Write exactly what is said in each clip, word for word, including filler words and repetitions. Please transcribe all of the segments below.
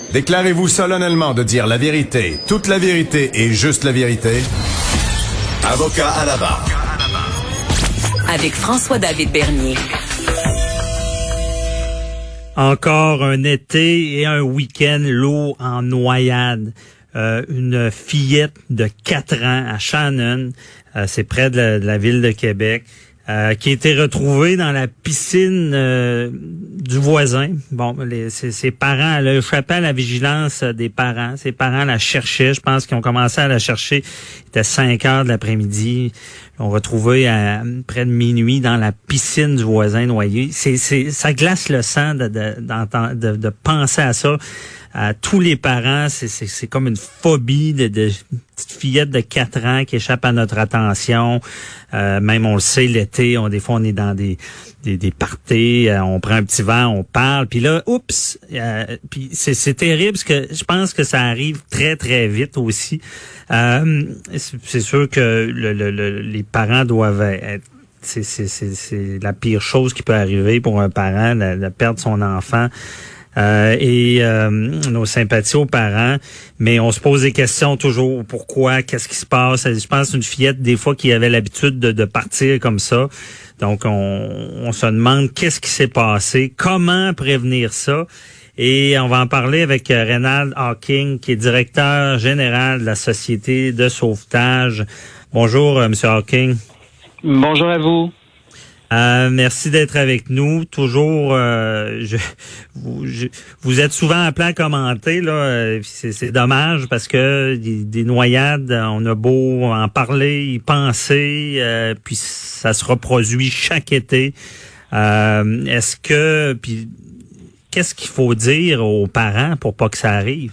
Déclarez-vous solennellement de dire la vérité, toute la vérité et juste la vérité? Avocat à la barre. Avec François-David Bernier. Encore un été et un week-end lourd en noyade. Euh, une fillette de quatre ans à Shannon, euh, c'est près de la, de la ville de Québec, euh, qui a été retrouvée dans la piscine euh, du voisin. Bon, les, ses, ses parents, elle a échappé à la vigilance des parents. Ses parents la cherchaient, je pense qu'ils ont commencé à la chercher. Il était cinq heures de l'après-midi. Ils l'ont retrouvée à près de minuit dans la piscine du voisin noyé. C'est, c'est, ça glace le sang de, de, de, de penser à ça. À tous les parents, c'est, c'est, c'est comme une phobie de, de petite fillette de quatre ans qui échappe à notre attention. Euh, même on le sait, l'été, on, des fois on est dans des des, des parties, euh, on prend un petit verre, on parle, puis là, oups, euh, puis c'est, c'est terrible parce que je pense que ça arrive très très vite aussi. Euh, c'est, c'est sûr que le, le, le, les parents doivent être c'est, c'est, c'est, c'est la pire chose qui peut arriver pour un parent, de, de perdre son enfant. Euh, et euh, nos sympathies aux parents, mais on se pose des questions toujours. Pourquoi? Qu'est-ce qui se passe? Je pense une fillette, des fois, qui avait l'habitude de, de partir comme ça. Donc, on, on se demande qu'est-ce qui s'est passé, comment prévenir ça. Et on va en parler avec Reynald Hawking, qui est directeur général de la Société de sauvetage. Bonjour, euh, Monsieur Hawking. Bonjour à vous. Euh, merci d'être avec nous. Toujours, euh, je, vous, je, vous êtes souvent appelé à commenter. Là, c'est, c'est dommage parce que des, des noyades, on a beau en parler, y penser, euh, puis ça se reproduit chaque été. Euh, est-ce que, puis qu'est-ce qu'il faut dire aux parents pour pas que ça arrive?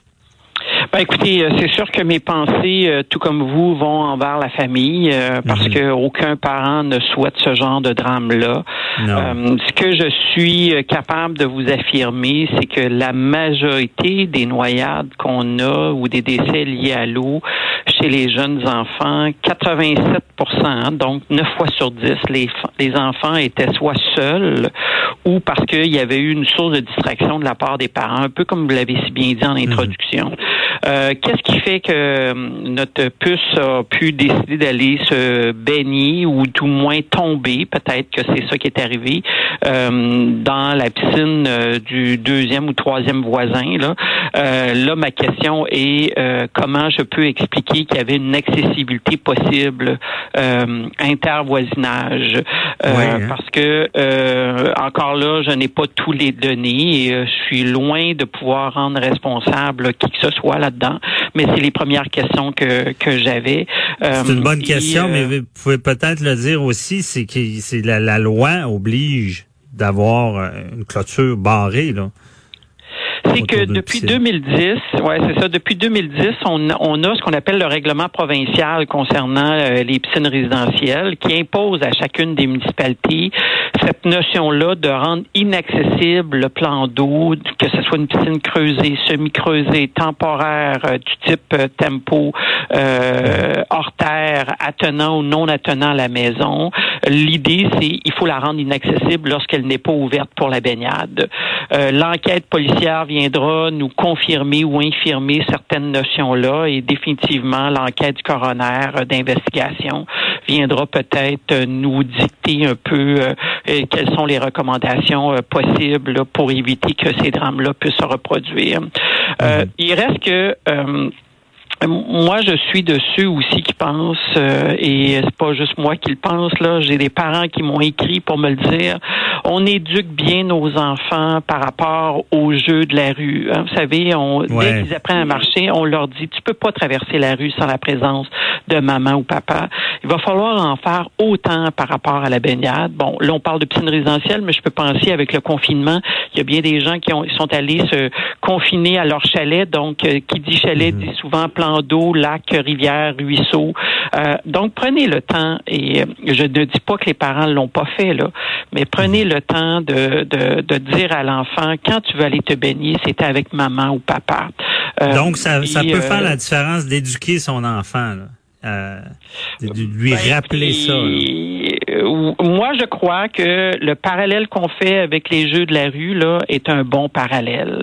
Ben, écoutez, c'est sûr que mes pensées, tout comme vous, vont envers la famille, euh, parce mm-hmm. que aucun parent ne souhaite ce genre de drame-là. Euh, ce que je suis capable de vous affirmer, c'est que la majorité des noyades qu'on a ou des décès liés à l'eau chez les jeunes enfants, quatre-vingt-sept pour cent, donc neuf fois sur dix, les, les enfants étaient soit seuls ou parce qu'il y avait eu une source de distraction de la part des parents, un peu comme vous l'avez si bien dit en introduction. Mm-hmm. Euh, qu'est-ce qui fait que notre puce a pu décider d'aller se baigner ou tout moins tomber, peut-être que c'est ça qui est arrivé, euh, dans la piscine euh, du deuxième ou troisième voisin, là. Euh, là, ma question est euh, comment je peux expliquer qu'il y avait une accessibilité possible euh, intervoisinage, euh, ouais, hein. Parce que euh, encore là, je n'ai pas tous les données et euh, je suis loin de pouvoir rendre responsable qui que ce soit là-dedans, mais c'est les premières questions que que j'avais. Euh, c'est une bonne et, question, euh, mais vous pouvez peut-être le dire aussi, c'est que c'est la, la loi oblige d'avoir une clôture barrée, là. C'est que depuis deux mille dix, ouais, c'est ça. Depuis deux mille dix, on, on a ce qu'on appelle le règlement provincial concernant euh, les piscines résidentielles, qui impose à chacune des municipalités cette notion-là de rendre inaccessible le plan d'eau, que ce soit une piscine creusée, semi-creusée, temporaire, euh, du type euh, tempo, euh, hors terre, attenant ou non attenant à la maison. L'idée, c'est il faut la rendre inaccessible lorsqu'elle n'est pas ouverte pour la baignade. Euh, l'enquête policière viendra nous confirmer ou infirmer certaines notions-là et définitivement l'enquête du coroner d'investigation viendra peut-être nous dicter un peu euh, quelles sont les recommandations euh, possibles là, pour éviter que ces drames-là puissent se reproduire. Euh, mmh. Il reste que euh, moi, je suis de ceux aussi qui pensent, euh, et c'est pas juste moi qui le pense, là, j'ai des parents qui m'ont écrit pour me le dire, on éduque bien nos enfants par rapport aux jeux de la rue. Hein, vous savez, on, ouais. dès qu'ils apprennent à marcher, on leur dit, tu peux pas traverser la rue sans la présence de maman ou papa. Il va falloir en faire autant par rapport à la baignade. Bon, là, on parle de piscine résidentielle, mais je peux penser avec le confinement, il y a bien des gens qui ont, sont allés se confiner à leur chalet, donc euh, qui dit chalet mmh. dit souvent plan d'eau, lac, rivière, ruisseau. Euh, donc, prenez le temps, et je ne dis pas que les parents ne l'ont pas fait, là, mais prenez le temps de, de, de dire à l'enfant, quand tu veux aller te baigner, c'est avec maman ou papa. Euh, donc, ça, ça et, peut euh, faire la différence d'éduquer son enfant, là. Euh, de, de lui ben, rappeler et, ça. Là. Moi, je crois que le parallèle qu'on fait avec les jeux de la rue là est un bon parallèle.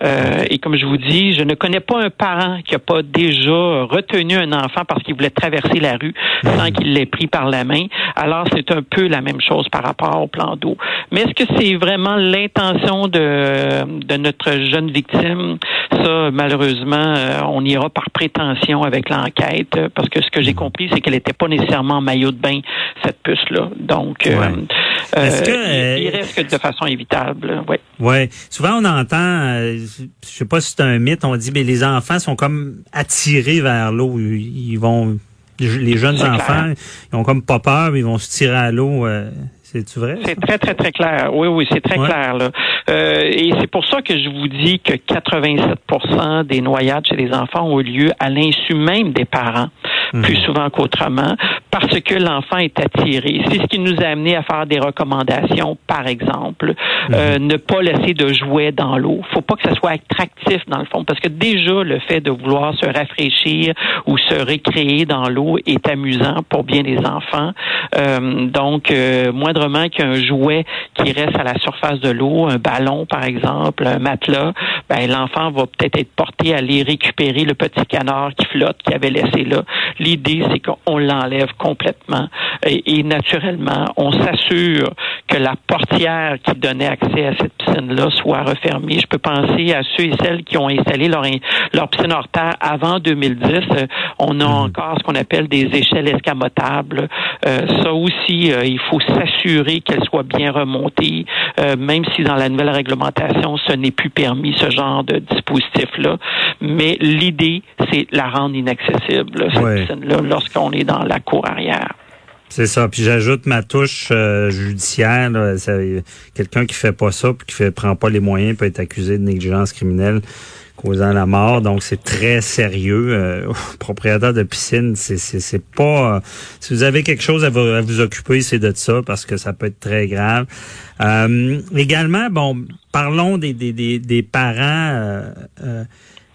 Euh, et comme je vous dis, je ne connais pas un parent qui n'a pas déjà retenu un enfant parce qu'il voulait traverser la rue sans qu'il l'ait pris par la main. Alors, c'est un peu la même chose par rapport au plan d'eau. Mais est-ce que c'est vraiment l'intention de, de notre jeune victime? Ça, malheureusement, on ira par prétention avec l'enquête, parce que ce que j'ai compris, c'est qu'elle n'était pas nécessairement en maillot de bain, cette puce-là. Donc, ouais. euh, Est-ce que, euh, il, il reste que de façon évitable. Oui. Ouais. Souvent, on entend, euh, je sais pas si c'est un mythe, on dit, mais les enfants sont comme attirés vers l'eau. Ils vont, les jeunes c'est enfants, clair. Ils ont comme pas peur, mais ils vont se tirer à l'eau. Euh, C'est-tu vrai? C'est très, très, très clair. Oui, oui, c'est très ouais. clair, là. Euh, et c'est pour ça que je vous dis que quatre-vingt-sept pour cent des noyades chez les enfants ont eu lieu à l'insu même des parents, mmh. plus souvent qu'autrement, parce que l'enfant est attiré. C'est ce qui nous a amené à faire des recommandations, par exemple, mmh. euh, ne pas laisser de jouets dans l'eau. Faut pas que ça soit attractif, dans le fond, parce que déjà, le fait de vouloir se rafraîchir ou se récréer dans l'eau est amusant pour bien des enfants. Euh, donc, euh, moindre qu'un jouet qui reste à la surface de l'eau, un ballon par exemple, un matelas, ben l'enfant va peut-être être porté à aller récupérer le petit canard qui flotte, qu'il avait laissé là. L'idée, c'est qu'on l'enlève complètement et, et naturellement, on s'assure que la portière qui donnait accès à cette piscine-là soit refermée. Je peux penser à ceux et celles qui ont installé leur, leur piscine hors terre avant deux mille dix. On a mmh. encore ce qu'on appelle des échelles escamotables. Euh, ça aussi, euh, il faut s'assurer qu'elle soit bien remontée, euh, même si dans la nouvelle réglementation, ce n'est plus permis, ce genre de dispositif-là. Mais l'idée, c'est la rendre inaccessible, cette ouais. piscine-là, lorsqu'on est dans la cour arrière. C'est ça. Puis j'ajoute ma touche euh, judiciaire. Là, ça, quelqu'un qui fait pas ça puis qui fait, prend pas les moyens peut être accusé de négligence criminelle causant la mort. Donc, c'est très sérieux. Euh, propriétaire de piscine, c'est, c'est, c'est pas... Euh, si vous avez quelque chose à vous, à vous occuper, c'est de ça, parce que ça peut être très grave. Euh, également, bon, parlons des, des, des, des parents... Euh, euh,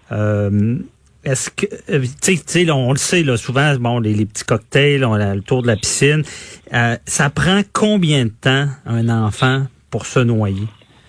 euh, est-ce que... Tu sais, on le sait, là, souvent, bon, les, les petits cocktails, on a le tour de la piscine. Euh, ça prend combien de temps, un enfant, pour se noyer?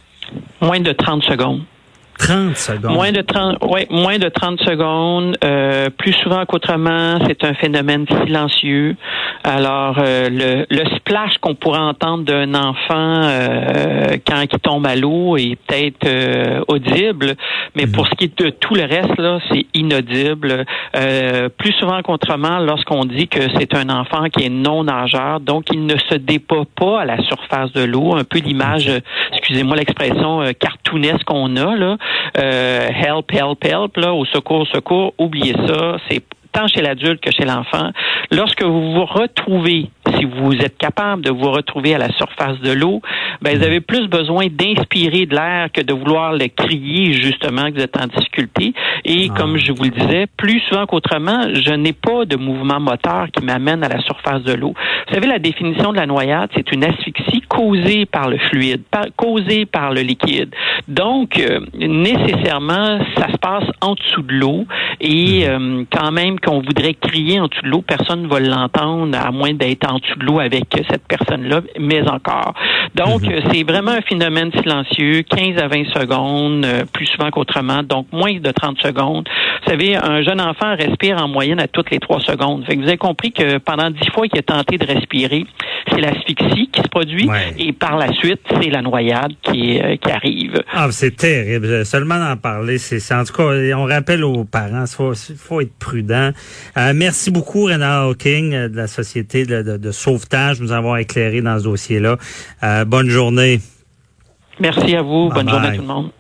Moins de trente secondes. trente secondes. Moins de trente, ouais, moins de trente secondes. Euh, plus souvent qu'autrement, c'est un phénomène silencieux. Alors, euh, le, le splash qu'on pourrait entendre d'un enfant euh, quand il tombe à l'eau est peut-être euh, audible, mais mmh. pour ce qui est de tout le reste, là, c'est inaudible. Euh, plus souvent qu'autrement, lorsqu'on dit que c'est un enfant qui est non nageur, donc il ne se débat pas à la surface de l'eau, un peu l'image, euh, excusez-moi l'expression euh, cartoonesque qu'on a, là. Euh, help, help, help, là, au secours, secours, oubliez ça, c'est tant chez l'adulte que chez l'enfant. Lorsque vous vous retrouvez, si vous êtes capable de vous retrouver à la surface de l'eau, ben vous avez plus besoin d'inspirer de l'air que de vouloir le crier, justement, que vous êtes en difficulté. Et ah. comme je vous le disais, plus souvent qu'autrement, je n'ai pas de mouvement moteur qui m'amène à la surface de l'eau. Vous savez, la définition de la noyade, c'est une asphyxie causée par le fluide, par, causée par le liquide. Donc, euh, nécessairement, ça se passe en dessous de l'eau. Et euh, quand même qu'on voudrait crier en dessous de l'eau, personne ne va l'entendre, à moins d'être en dessous de l'eau avec cette personne-là, mais encore. Donc, mm-hmm. c'est vraiment un phénomène silencieux, quinze à vingt secondes, euh, plus souvent qu'autrement, donc moins de trente secondes. Vous savez, un jeune enfant respire en moyenne à toutes les trois secondes. Fait que vous avez compris que pendant dix fois qu'il est tenté de respirer, c'est l'asphyxie qui se produit, ouais. et par la suite, c'est la noyade qui, euh, qui arrive. Ah, c'est terrible. Seulement d'en parler, c'est, c'est en tout cas, on rappelle aux parents, il faut, faut être prudent. Euh, merci beaucoup, Renard Hawking, de la Société de, de, de sauvetage, de nous avoir éclairé dans ce dossier-là. Euh, bonne journée. Merci à vous. Bye bonne bye. Journée à tout le monde.